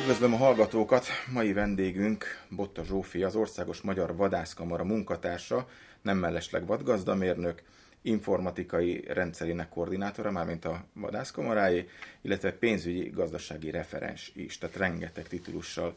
Üdvözlöm a hallgatókat! Mai vendégünk Botta Zsófi, az Országos Magyar Vadászkamara munkatársa, nem mellesleg vadgazdamérnök, informatikai rendszerének koordinátora, mármint a vadászkamaráé, illetve pénzügyi gazdasági referens is, tehát rengeteg titulussal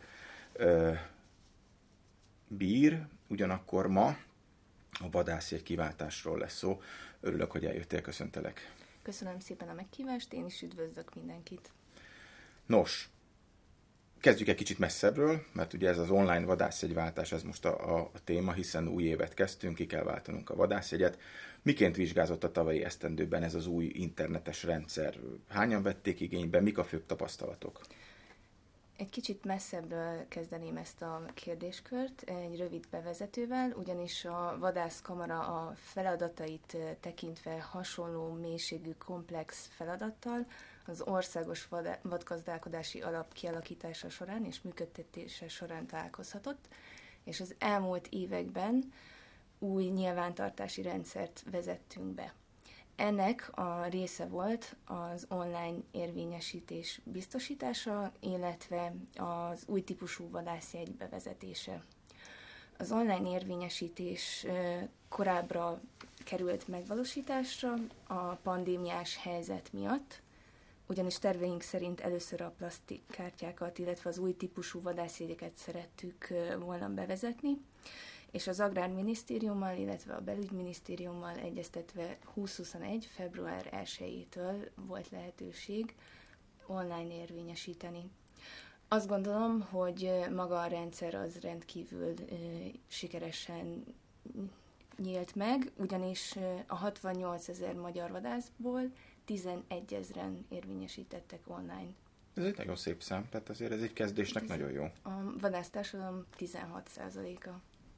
bír. Ugyanakkor ma a vadászjegy kiváltásról lesz szó. Örülök, hogy eljöttél, köszöntelek. Köszönöm szépen a meghívást, én is üdvözlök mindenkit. Nos, kezdjük egy kicsit messzebbről, mert ugye ez az online vadászjegyváltás, ez most a téma, hiszen új évet kezdtünk, ki kell váltanunk a vadászjegyet. Miként vizsgázott a tavalyi esztendőben ez az új internetes rendszer? Hányan vették igénybe, mik a főbb tapasztalatok? Egy kicsit messzebbről kezdeném ezt a kérdéskört, egy rövid bevezetővel, ugyanis a vadászkamara a feladatait tekintve hasonló mélységű komplex feladattal az országos vadgazdálkodási alap kialakítása során és működtetése során találkozhatott, és az elmúlt években új nyilvántartási rendszert vezettünk be. Ennek a része volt az online érvényesítés biztosítása, illetve az új típusú vadászjegy bevezetése. Az online érvényesítés korábbra került megvalósításra a pandémiás helyzet miatt, ugyanis terveink szerint először a plastikkártyákat, illetve az új típusú vadászjegyeket szerettük volna bevezetni, és az Agrárminisztériummal, illetve a Belügyminisztériummal egyeztetve 2021. február 1-től volt lehetőség online érvényesíteni. Azt gondolom, hogy maga a rendszer az rendkívül sikeresen nyílt meg, ugyanis a 68 000 magyar vadászból 11 000-en érvényesítettek online. Ez egy nagyon szép szám, tehát azért ez egy kezdésnek nagyon jó. A vadásztársadalom 16%-a.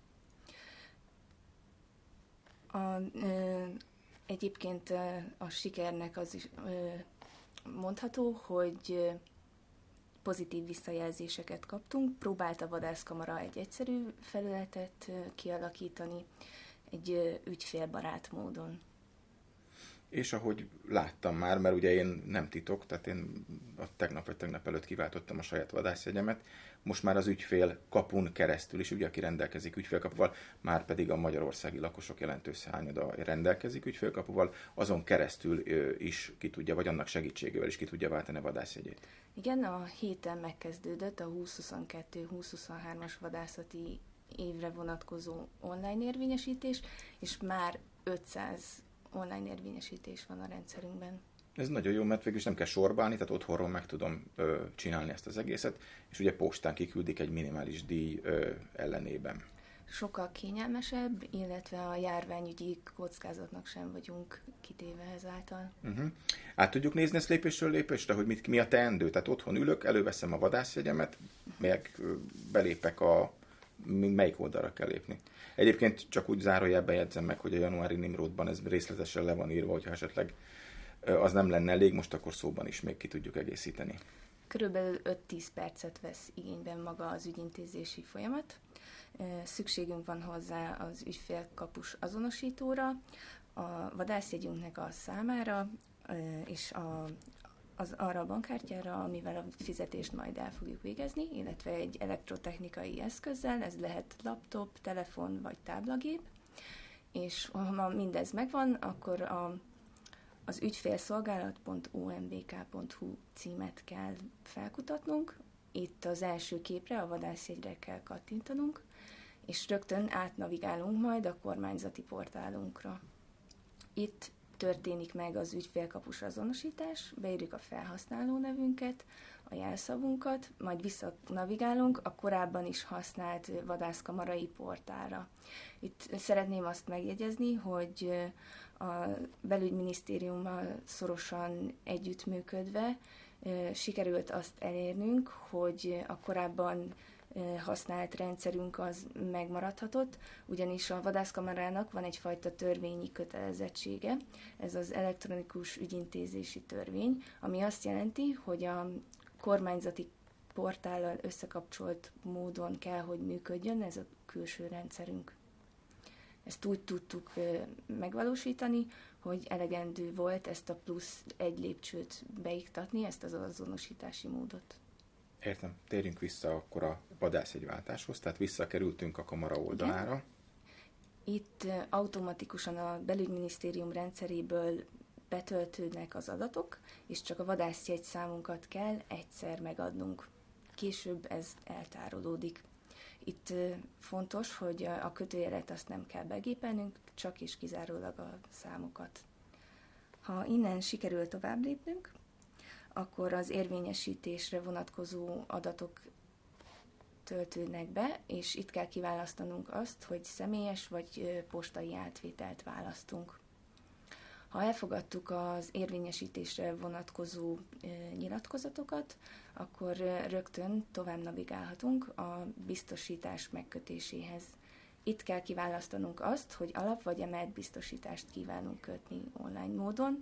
Egyébként a sikernek az is mondható, hogy pozitív visszajelzéseket kaptunk. Próbált a vadászkamara egy egyszerű felületet kialakítani, egy ügyfélbarát módon. És ahogy láttam már, mert ugye én nem titok, tehát én tegnap előtt kiváltottam a saját vadászjegyemet, most már az ügyfél kapun keresztül is, ugye aki rendelkezik ügyfélkapuval, már pedig a magyarországi lakosok jelentős hányada rendelkezik ügyfélkapuval, azon keresztül is ki tudja, vagy annak segítségével is ki tudja váltani a vadászjegyét. Igen, a héten megkezdődött a 2022-2023-as vadászati évre vonatkozó online érvényesítés, és már 500 online érvényesítés van a rendszerünkben. Ez nagyon jó, mert végül is nem kell sorba állni, tehát otthonról meg tudom csinálni ezt az egészet, és ugye postán kiküldik egy minimális díj ellenében. Sokkal kényelmesebb, illetve a járványügyi kockázatnak sem vagyunk kitéve ezáltal. Át tudjuk nézni ezt lépésről lépésre, hogy mi a teendő? Tehát otthon ülök, előveszem a vadászjegyemet, meg belépek melyik oldalra kell lépni. Egyébként csak úgy zárójelben jegyzem meg, hogy a januári Nimrodban ez részletesen le van írva, hogyha esetleg az nem lenne elég, most akkor szóban is még ki tudjuk egészíteni. Körülbelül 5-10 percet vesz igényben maga az ügyintézési folyamat. Szükségünk van hozzá az ügyfélkapus azonosítóra, a vadászjegyünknek a számára, és arra a bankkártyára, amivel a fizetést majd el fogjuk végezni, illetve egy elektrotechnikai eszközzel, ez lehet laptop, telefon vagy táblagép, és ha mindez megvan, akkor az ügyfélszolgálat.ombk.hu címet kell felkutatnunk, itt az első képre, a vadászjegyre kell kattintanunk, és rögtön átnavigálunk majd a kormányzati portálunkra. Itt történik meg az ügyfélkapus azonosítás, beírjuk a felhasználó nevünket, a jelszavunkat, majd visszanavigálunk a korábban is használt vadászkamarai portálra. Itt szeretném azt megjegyezni, hogy a belügyminisztériummal szorosan együttműködve sikerült azt elérnünk, hogy a korábban használt rendszerünk az megmaradhatott, ugyanis a vadászkamarának van egyfajta törvényi kötelezettsége, ez az elektronikus ügyintézési törvény, ami azt jelenti, hogy a kormányzati portállal összekapcsolt módon kell, hogy működjön ez a külső rendszerünk. Ezt úgy tudtuk megvalósítani, hogy elegendő volt ezt a plusz egy lépcsőt beiktatni, ezt az azonosítási módot. Értem. Térjünk vissza akkor a vadászjegyváltáshoz, tehát visszakerültünk a kamara oldalára. Igen. Itt automatikusan a belügyminisztérium rendszeréből betöltődnek az adatok, és csak a vadászjegy számunkat kell egyszer megadnunk. Később ez eltárolódik. Itt fontos, hogy a kötőjelet azt nem kell begépelnünk, csak és kizárólag a számokat. Ha innen sikerül tovább lépnünk, akkor az érvényesítésre vonatkozó adatok töltődnek be, és itt kell kiválasztanunk azt, hogy személyes vagy postai átvételt választunk. Ha elfogadtuk az érvényesítésre vonatkozó nyilatkozatokat, akkor rögtön tovább navigálhatunk a biztosítás megkötéséhez. Itt kell kiválasztanunk azt, hogy alap vagy emelt biztosítást kívánunk kötni online módon.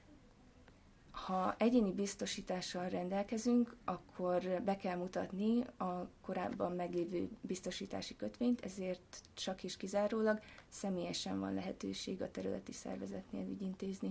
Ha egyéni biztosítással rendelkezünk, akkor be kell mutatni a korábban meglévő biztosítási kötvényt, ezért csak és kizárólag személyesen van lehetőség a területi szervezetnél ügyintézni.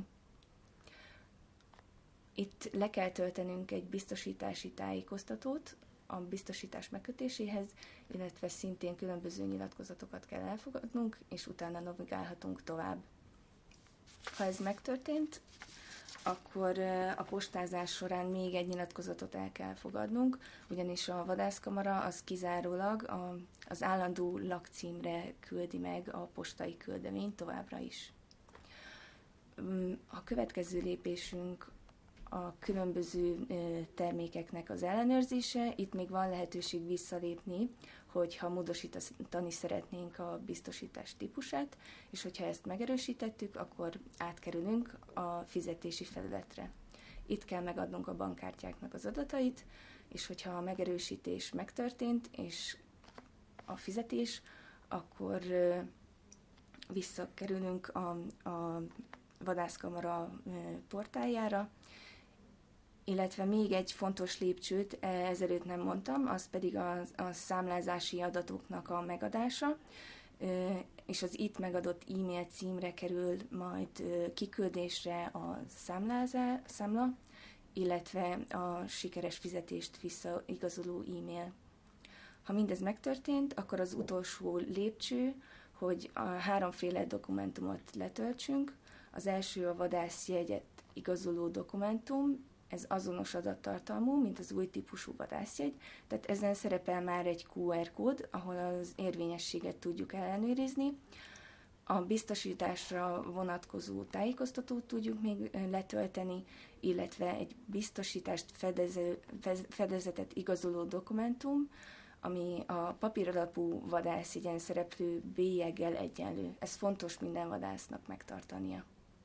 Itt le kell töltenünk egy biztosítási tájékoztatót a biztosítás megkötéséhez, illetve szintén különböző nyilatkozatokat kell elfogadnunk, és utána navigálhatunk tovább. Ha ez megtörtént, akkor a postázás során még egy nyilatkozatot el kell fogadnunk, ugyanis a vadászkamara az kizárólag az állandó lakcímre küldi meg a postai küldeményt továbbra is. A következő lépésünk a különböző termékeknek az ellenőrzése. Itt még van lehetőség visszalépni, hogyha módosítani szeretnénk a biztosítás típusát, és hogyha ezt megerősítettük, akkor átkerülünk a fizetési felületre. Itt kell megadnunk a bankkártyáknak az adatait, és hogyha a megerősítés megtörtént, és a fizetés, akkor visszakerülünk a vadászkamara portáljára, illetve még egy fontos lépcsőt ezelőtt nem mondtam, az pedig a számlázási adatoknak a megadása, és az itt megadott e-mail címre kerül majd kiküldésre a számla, illetve a sikeres fizetést visszaigazoló e-mail. Ha mindez megtörtént, akkor az utolsó lépcső, hogy a háromféle dokumentumot letöltsünk. Az első a vadászjegyet igazoló dokumentum, ez azonos adattartalmú, mint az új típusú vadászjegy, tehát ezen szerepel már egy QR kód, ahol az érvényességet tudjuk ellenőrizni. A biztosításra vonatkozó tájékoztatót tudjuk még letölteni, illetve egy biztosítást fedezetet igazoló dokumentum, ami a papíralapú vadászjegyen szereplő bélyeggel egyenlő. Ez fontos minden vadásznak megtartania.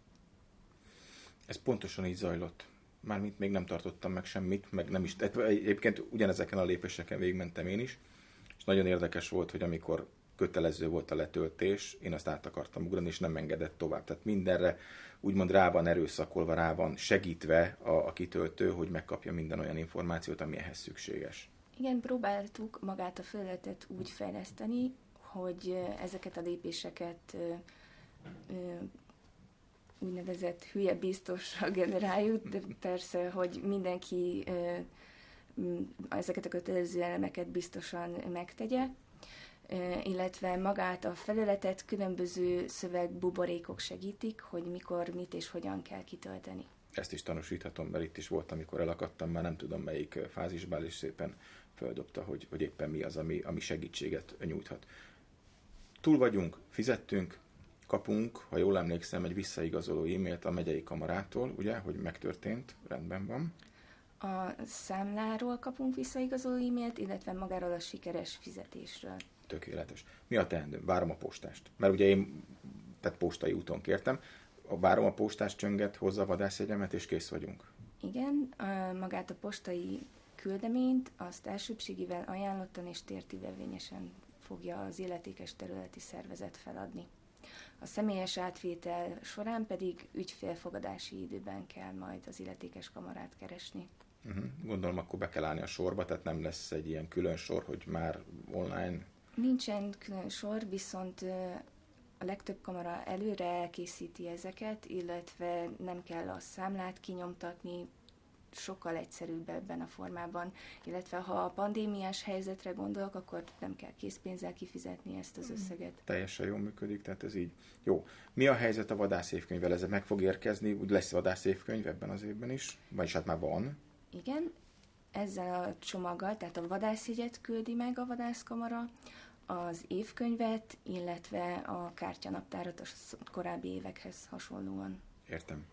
Ez pontosan így zajlott. Mármint még nem tartottam meg semmit, meg nem is. Egyébként ugyanezeken a lépéseken végigmentem én is, és nagyon érdekes volt, hogy amikor kötelező volt a letöltés, én azt át akartam ugrani, és nem engedett tovább. Tehát mindenre úgymond rá van erőszakolva, rá van segítve a kitöltő, hogy megkapja minden olyan információt, ami ehhez szükséges. Igen, próbáltuk magát a felületet úgy fejleszteni, hogy ezeket a lépéseket úgynevezett hülye biztosra generáljuk, de persze, hogy mindenki ezeket a kötelező elemeket biztosan megtegye, illetve magát a felületet különböző szövegbuborékok segítik, hogy mikor, mit és hogyan kell kitölteni. Ezt is tanúsíthatom, mert itt is volt, amikor elakadtam, már nem tudom melyik fázisban, és szépen földobta, hogy éppen mi az, ami segítséget nyújthat. Túl vagyunk, fizettünk, kapunk, ha jól emlékszem, egy visszaigazoló e-mailt a megyei kamarától, ugye, hogy megtörtént, rendben van. A számláról kapunk visszaigazoló e-mailt, illetve magáról a sikeres fizetésről. Tökéletes. Mi a teendőm? Várom a postást. Mert ugye én tehát postai úton kértem, várom a postás csönget, hozza a vadászjegyemet, és kész vagyunk. Igen, magát a postai küldeményt azt elsőbségivel ajánlottan és tértívevényesen fogja az illetékes területi szervezet feladni. A személyes átvétel során pedig ügyfélfogadási időben kell majd az illetékes kamarát keresni. Gondolom, akkor be kell állni a sorba, tehát nem lesz egy ilyen külön sor, hogy már online... Nincsen külön sor, viszont a legtöbb kamara előre elkészíti ezeket, illetve nem kell a számlát kinyomtatni, sokkal egyszerűbb ebben a formában, illetve ha a pandémiás helyzetre gondolok, akkor nem kell készpénzzel kifizetni ezt az összeget. Teljesen jól működik, tehát ez így. Jó. Mi a helyzet a vadászévkönyvvel? Ez meg fog érkezni? Úgy lesz vadászévkönyv ebben az évben is? Vagyis hát már van. Igen, ezzel a csomaggal, tehát a vadászjegyet küldi meg a vadászkamara, az évkönyvet, illetve a kártyanaptárat a korábbi évekhez hasonlóan. Értem.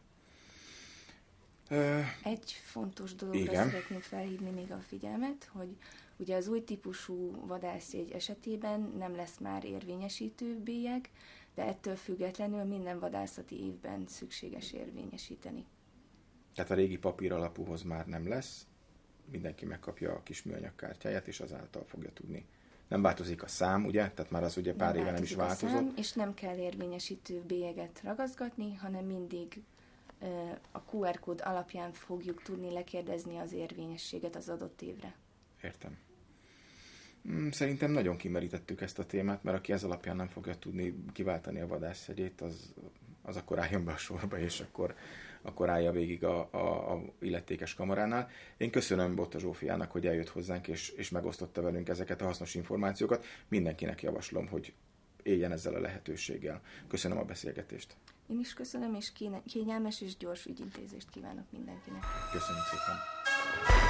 Egy fontos dologra igen. szeretném felhívni még a figyelmet, hogy ugye az új típusú vadászjegy esetében nem lesz már érvényesítő bélyeg, de ettől függetlenül minden vadászati évben szükséges érvényesíteni. Tehát a régi papír alapúhoz már nem lesz, mindenki megkapja a kis műanyag kártyáját, és azáltal fogja tudni. Nem változik a szám, ugye? Tehát már az ugye pár éve nem is változott. Szám, és nem kell érvényesítő bélyeget ragaszgatni, hanem mindig a QR kód alapján fogjuk tudni lekérdezni az érvényességet az adott évre. Értem. Szerintem nagyon kimerítettük ezt a témát, mert aki ez alapján nem fogja tudni kiváltani a vadászjegyét, az akkor álljon be a sorba, és akkor állja végig a illetékes kamaránál. Én köszönöm Botta Zsófiának, hogy eljött hozzánk, és megosztotta velünk ezeket a hasznos információkat. Mindenkinek javaslom, hogy éljen ezzel a lehetőséggel. Köszönöm a beszélgetést. Én is köszönöm, és kényelmes és gyors ügyintézést kívánok mindenkinek. Köszönöm szépen.